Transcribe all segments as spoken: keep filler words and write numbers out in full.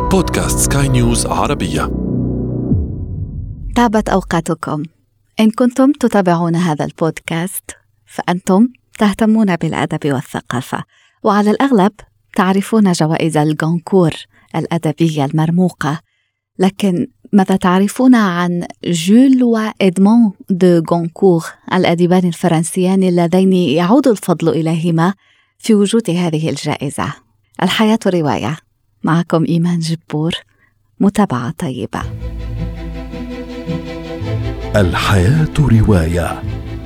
بودكاست سكاي نيوز عربية. طابت أوقاتكم. إن كنتم تتابعون هذا البودكاست فأنتم تهتمون بالأدب والثقافة، وعلى الأغلب تعرفون جوائز الغونكور الأدبية المرموقة. لكن ماذا تعرفون عن جول وإدمون دو غونكور الأديبان الفرنسيان اللذين يعود الفضل إليهما في وجود هذه الجائزة؟ الحياة رواية. معكم إيمان جبور. متابعة طيبة. الحياة رواية.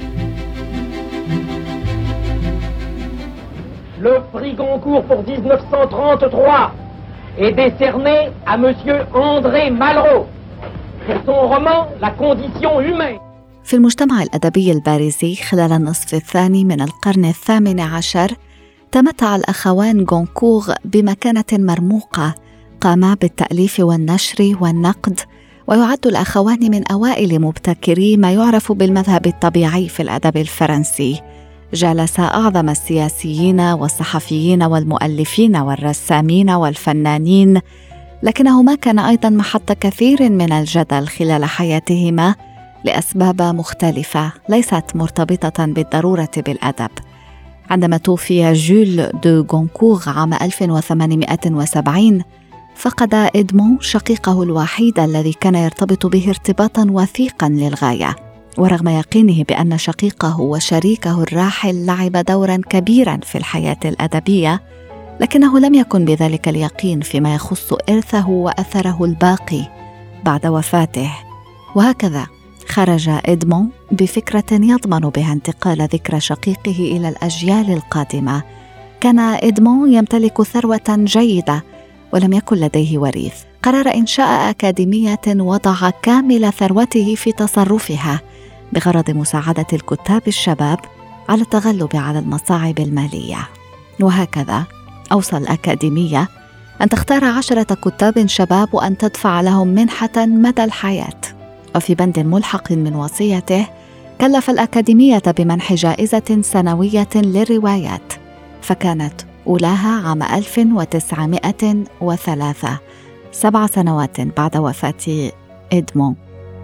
Le prix Goncourt pour dix-neuf cent trente-trois est décerné à monsieur André Malraux pour son roman La condition humaine. في المجتمع الأدبي الباريسي خلال النصف الثاني من القرن الثامن عشر تمتع الأخوان غونكور بمكانة مرموقة، قاما بالتأليف والنشر والنقد، ويعد الأخوان من أوائل مبتكري ما يعرف بالمذهب الطبيعي في الأدب الفرنسي. جالس أعظم السياسيين والصحفيين والمؤلفين والرسامين والفنانين، لكنهما كان أيضا محط كثير من الجدل خلال حياتهما لأسباب مختلفة ليست مرتبطة بالضرورة بالأدب. عندما توفي جول دو غونكور عام ألف وثمانمائة وسبعين، فقد إدمون شقيقه الوحيد الذي كان يرتبط به ارتباطا وثيقا للغاية. ورغم يقينه بأن شقيقه وشريكه الراحل لعب دورا كبيرا في الحياة الأدبية، لكنه لم يكن بذلك اليقين فيما يخص إرثه وأثره الباقي بعد وفاته. وهكذا خرج إدمون بفكرة يضمن بها انتقال ذكرى شقيقه إلى الأجيال القادمة. كان إدمون يمتلك ثروة جيدة ولم يكن لديه وريث. قرر إنشاء أكاديمية وضع كامل ثروته في تصرفها بغرض مساعدة الكتاب الشباب على التغلب على المصاعب المالية. وهكذا أوصى الأكاديمية أن تختار عشرة كتاب شباب وأن تدفع لهم منحة مدى الحياة. وفي بند ملحق من وصيته كلف الأكاديمية بمنح جائزة سنوية للروايات، فكانت أولاها عام ألف وتسعمائة وثلاثة، سبع سنوات بعد وفاة إدمون.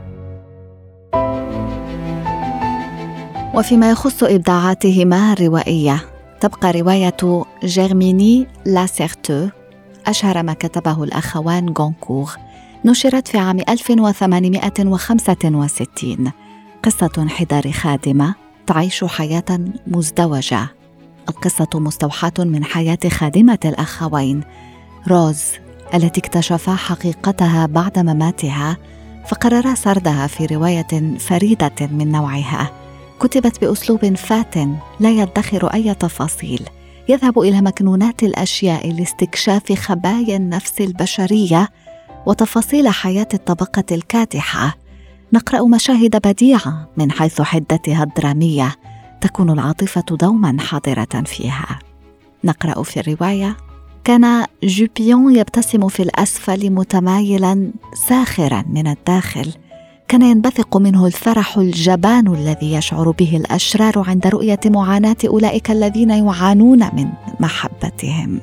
وفيما يخص إبداعاتهما الروائية، تبقى رواية جيرميني لا سيرتو أشهر ما كتبه الأخوان غونكور. نشرت في عام ألف وثمانمائة وخمسة وستين. قصة حضار خادمة تعيش حياة مزدوجة. القصة مستوحاة من حياة خادمة الأخوين روز التي اكتشفا حقيقتها بعد مماتها، فقررا سردها في رواية فريدة من نوعها. كتبت بأسلوب فاتن لا يدخر أي تفاصيل، يذهب إلى مكنونات الأشياء لاستكشاف خبايا النفس البشرية وتفاصيل حياة الطبقة الكادحة. نقرأ مشاهد بديعة من حيث حدتها الدرامية، تكون العاطفة دوما حاضرة فيها. نقرأ في الرواية: كان جوبيون يبتسم في الأسفل متمايلا ساخرا من الداخل. كان ينبثق منه الفرح الجبان الذي يشعر به الأشرار عند رؤية معاناة أولئك الذين يعانون من محبتهم.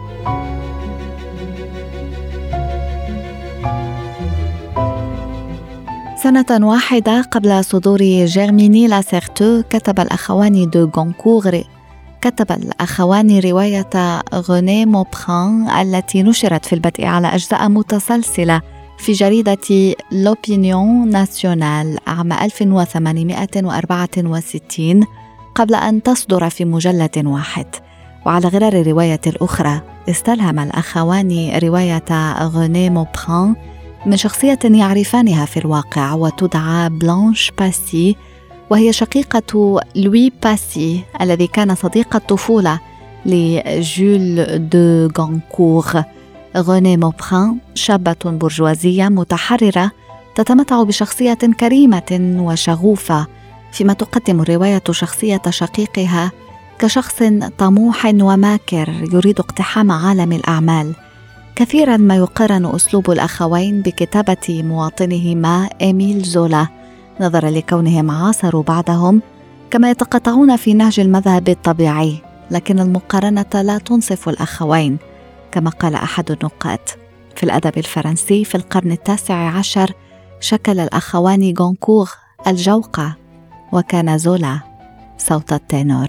سنة واحدة قبل صدور جيرميني لا سيرتو كتب الأخوان دو غونكور كتب الأخوان رواية غوني موبخان التي نشرت في البدء على أجزاء متسلسلة في جريدة لوبينيون ناسيونال عام ألف وثمانمائة وأربعة وستين قبل أن تصدر في مجلد واحد. وعلى غرار الرواية الأخرى استلهم الأخوان رواية غوني موبخان من شخصية يعرفانها في الواقع وتدعى بلانش باسي، وهي شقيقة لوي باسي الذي كان صديق الطفولة لجول دو غونكور. غوني موبخان شابة برجوازية متحررة تتمتع بشخصية كريمة وشغوفة، فيما تقدم الرواية شخصية شقيقها كشخص طموح وماكر يريد اقتحام عالم الأعمال. كثيرا ما يقارن أسلوب الأخوين بكتابة مواطنهما إيميل زولا نظرا لكونهم عاصروا بعضهم، كما يتقاطعون في نهج المذهب الطبيعي، لكن المقارنة لا تنصف الأخوين كما قال أحد النقاد. في الأدب الفرنسي في القرن التاسع عشر شكل الأخوان غونكور الجوقة، وكان زولا صوت التينور.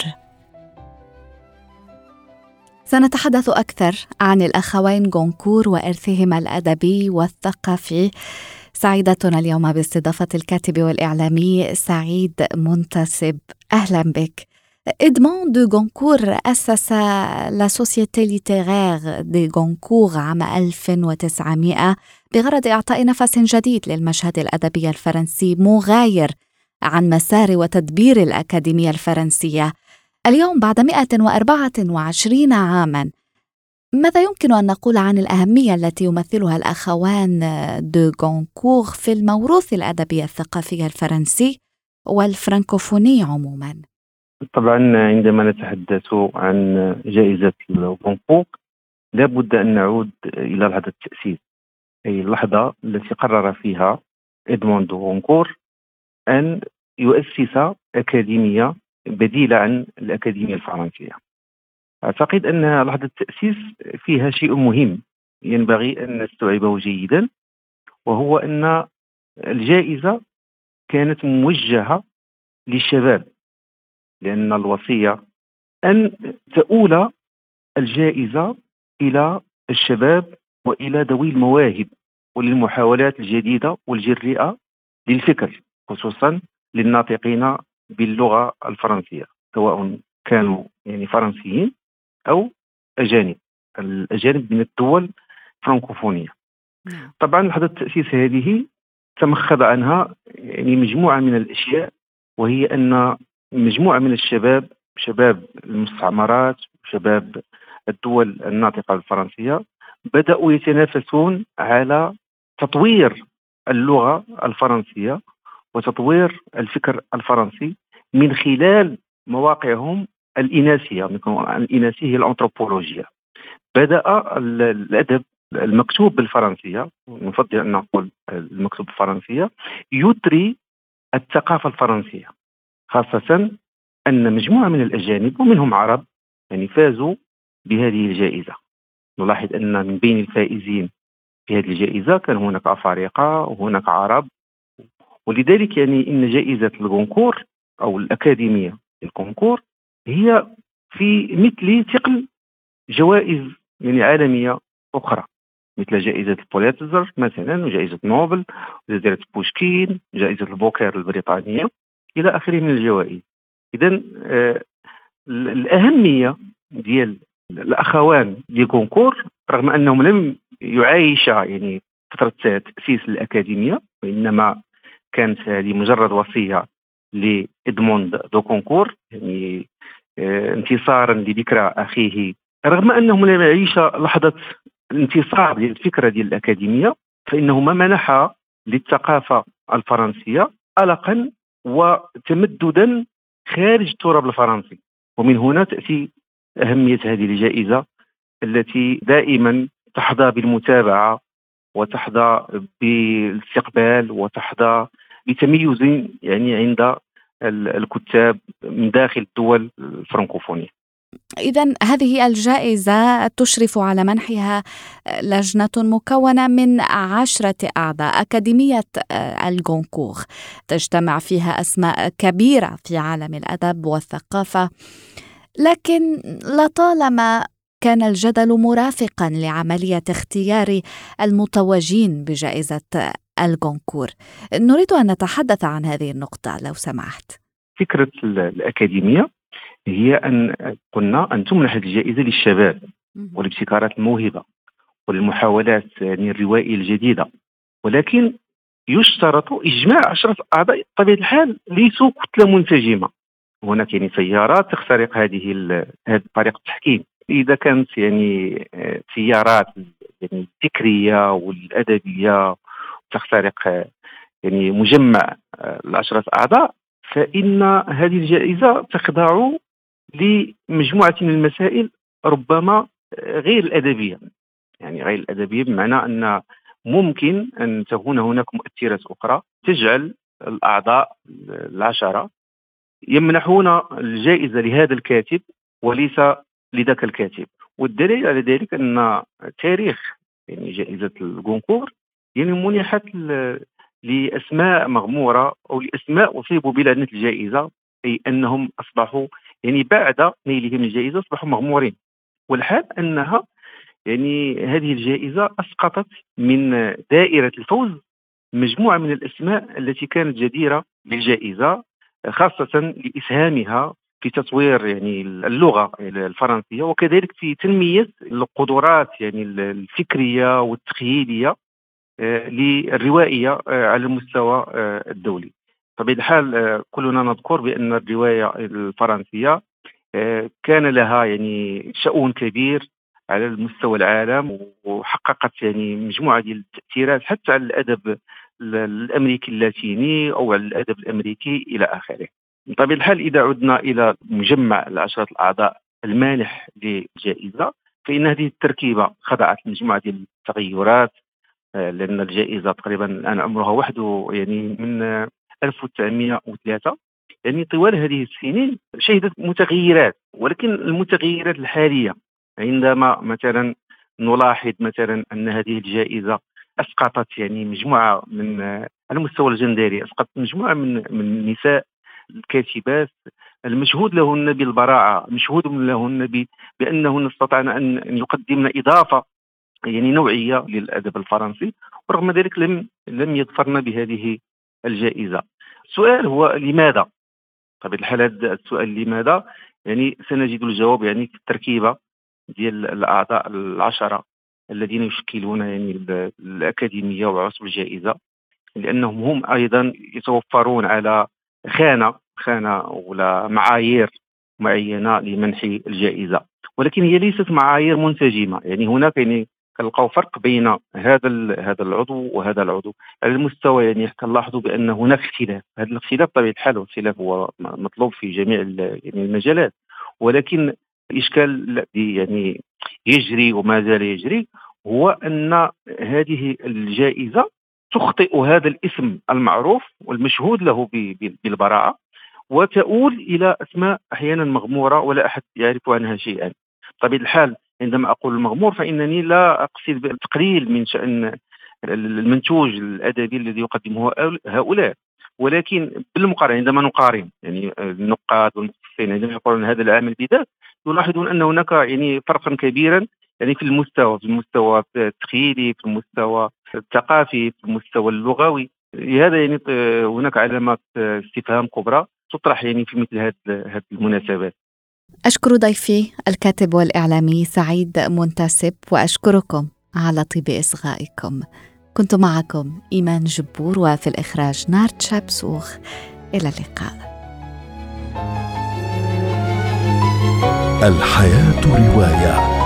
سنتحدث أكثر عن الأخوين غونكور وإرثهما الأدبي والثقافي. سعيدتنا اليوم باستضافة الكاتب والإعلامي سعيد منتسب. أهلا بك. إدموند دو غونكور أسس لا سوسيتي ليتيرير دي غونكور عام ألف وتسعمائة بغرض إعطاء نفس جديد للمشهد الأدبي الفرنسي مغاير عن مسار وتدبير الأكاديمية الفرنسية. اليوم بعد مئة وأربعة وعشرين عاماً، ماذا يمكن أن نقول عن الأهمية التي يمثلها الأخوان دو غونكور في الموروث الأدبي الثقافي الفرنسي والفرنكوفوني عموماً؟ طبعا عندما نتحدث عن جائزة غونكور لابد أن نعود إلى لحظة التأسيس، أي اللحظة التي قرر فيها إدموند دو غونكور أن يؤسس أكاديمية بديلة عن الأكاديمية الفرنسية. أعتقد أن لحظة التأسيس فيها شيء مهم ينبغي أن نستوعبه جيدا، وهو أن الجائزة كانت موجهة للشباب، لأن الوصية أن تؤول الجائزة إلى الشباب وإلى ذوي المواهب وللمحاولات الجديدة والجريئة للفكر، خصوصا للناطقين باللغة الفرنسية، سواء كانوا يعني فرنسيين أو أجانب، الأجانب من الدول الفرنكوفونية. طبعا لحظة التأسيس هذه تمخض عنها يعني مجموعة من الأشياء، وهي أن مجموعة من الشباب، شباب المستعمرات وشباب الدول الناطقة الفرنسية، بدأوا يتنافسون على تطوير اللغة الفرنسية وتطوير الفكر الفرنسي من خلال مواقعهم الإناثية. الإناثية هي الأنثروبولوجيا. بدأ الأدب المكتوب بالفرنسية، نفضل أن نقول المكتوب بالفرنسية، يثري الثقافة الفرنسية، خاصة أن مجموعة من الأجانب ومنهم عرب يعني فازوا بهذه الجائزة. نلاحظ أن من بين الفائزين في هذه الجائزة كان هناك أفارقة وهناك عرب، ولذلك يعني إن جائزة الغونكور أو الأكاديمية الغونكور هي في مثل ثقل جوائز يعني عالمية أخرى، مثل جائزة البوليتزر مثلا، وجائزة نوبل، وجائزة بوشكين، جائزة البوكير البريطانية، إلى آخره من الجوائز. إذن آه الأهمية ديال الأخوان دي غونكور، رغم أنهم لم يعايشا يعني فترة تأسيس الأكاديمية، وإنما كانت هذه مجرد وصية لإدموند دو غونكور، يعني آه انتصارا لذكرى أخيه، رغم أنهم لم يعيشا لحظة الانتصار ديال الفكرة ديال الأكاديمية، فإنهما منحا للثقافة الفرنسية ألقا وتمددا خارج التراب الفرنسي. ومن هنا تأتي أهمية هذه الجائزة التي دائما تحظى بالمتابعة وتحظى بالاستقبال وتحظى بتميز يعني عند الكتاب من داخل الدول الفرنكوفونية. إذن هذه الجائزة تشرف على منحها لجنة مكونة من عشرة أعضاء. أكاديمية الغونكور تجتمع فيها أسماء كبيرة في عالم الأدب والثقافة، لكن لطالما كان الجدل مرافقا لعملية اختيار المتوجين بجائزة الغونكور. نريد أن نتحدث عن هذه النقطة لو سمحت. فكرة الأكاديمية هي أن قلنا أن تمنح الجائزة للشباب والابتكارات الموهبة والمحاولات يعني الروائية الجديدة، ولكن يشترط إجماع عشرة أعضاء بطبيعة الحال ليسوا كتلة منسجمة. هناك يعني تيارات تخترق هذه هذه طريقة التحكيم. إذا كانت يعني تيارات يعني الفكرية والأدبية تخترق يعني مجمع العشرة أعضاء، فإن هذه الجائزة تخضع لمجموعة من المسائل ربما غير الأدبية. يعني غير الأدبية بمعنى أن ممكن أن تكون هناك مؤثرات أخرى تجعل الأعضاء العشرة يمنحون الجائزة لهذا الكاتب وليس لذاك الكاتب. والدليل على ذلك أن تاريخ يعني جائزة الغونكور يعني منحت لأسماء مغمورة أو لأسماء أصيبوا بلعنة الجائزة، أي أنهم أصبحوا يعني بعد نيلهم الجائزة أصبحوا مغمورين. والحال أنها يعني هذه الجائزة أسقطت من دائرة الفوز مجموعة من الأسماء التي كانت جديرة بالجائزة، خاصة لإسهامها في تطوير يعني اللغة الفرنسية، وكذلك في تنمية القدرات يعني الفكرية والتخيلية للروائية على المستوى الدولي. طبعا الحال كلنا نذكر بأن الرواية الفرنسية كان لها يعني شأن كبير على المستوى العالم، وحققت يعني مجموعة ديال التأثيرات حتى على الأدب الأمريكي اللاتيني أو على الأدب الأمريكي إلى آخره. بطبيعة الحال إذا عدنا إلى مجمع العشرة الأعضاء المانح للجائزة، فإن هذه التركيبة خضعت لمجموعة ديال التغيرات، لأن الجائزة تقريبا الآن عمرها وحده يعني من ألف وتسعمائة وثلاثة، يعني طوال هذه السنين شهدت متغيرات، ولكن المتغيرات الحالية عندما مثلا نلاحظ مثلا أن هذه الجائزة أسقطت يعني مجموعة من على المستوى الجندري، أسقطت مجموعة من من النساء الكاتبات المشهود لهن بالبراعة، مشهود لهن بأنهن استطعن أن يقدمن إضافة يعني نوعية للأدب الفرنسي، ورغم ذلك لم لم يظفرن بهذه الجائزة. السؤال هو لماذا؟ طبعا الحال هذا السؤال لماذا يعني سنجد الجواب يعني في التركيبة ديال الأعضاء العشرة الذين يشكلون يعني الأكاديمية وعصب الجائزة، لأنهم هم أيضا يتوفرون على خانة خانة ولا معايير معينة لمنح الجائزة، ولكن هي ليست معايير منسجمة. يعني هناك يعني كنلقاو فرق بين هذا هذا العضو وهذا العضو على المستوى، يعني كنلاحظوا بأن هناك اختلاف. هذا الاختلاف بطبيعة الحال والاختلاف هو مطلوب في جميع يعني المجالات، ولكن الإشكال الذي يعني يجري وما زال يجري هو أن هذه الجائزة تخطئ هذا الاسم المعروف والمشهود له بالبراعة، وتؤول إلى أسماء أحيانا مغمورة ولا أحد يعرف عنها شيئا. طبيعة الحال عندما أقول المغمور فإنني لا أقصد بالتقليل من شأن المنتوج الأدبي الذي يقدمه هؤلاء، ولكن بالمقارنة عندما نقارن يعني النقاد والمختصين عندما يقولون هذا العامل بالذات، يلاحظون أن هناك يعني فرقا كبيرا يعني في المستوى في المستوى التخيلي، في المستوى الثقافي، في المستوى اللغوي. لهذا يعني هناك علامات استفهام كبرى تطرح يعني في مثل هذه المناسبات. أشكر ضيفي الكاتب والإعلامي سعيد منتسب، وأشكركم على طيب إصغائكم. كنت معكم إيمان جبور، وفي الإخراج نارت شابسوخ. إلى اللقاء. الحياة رواية.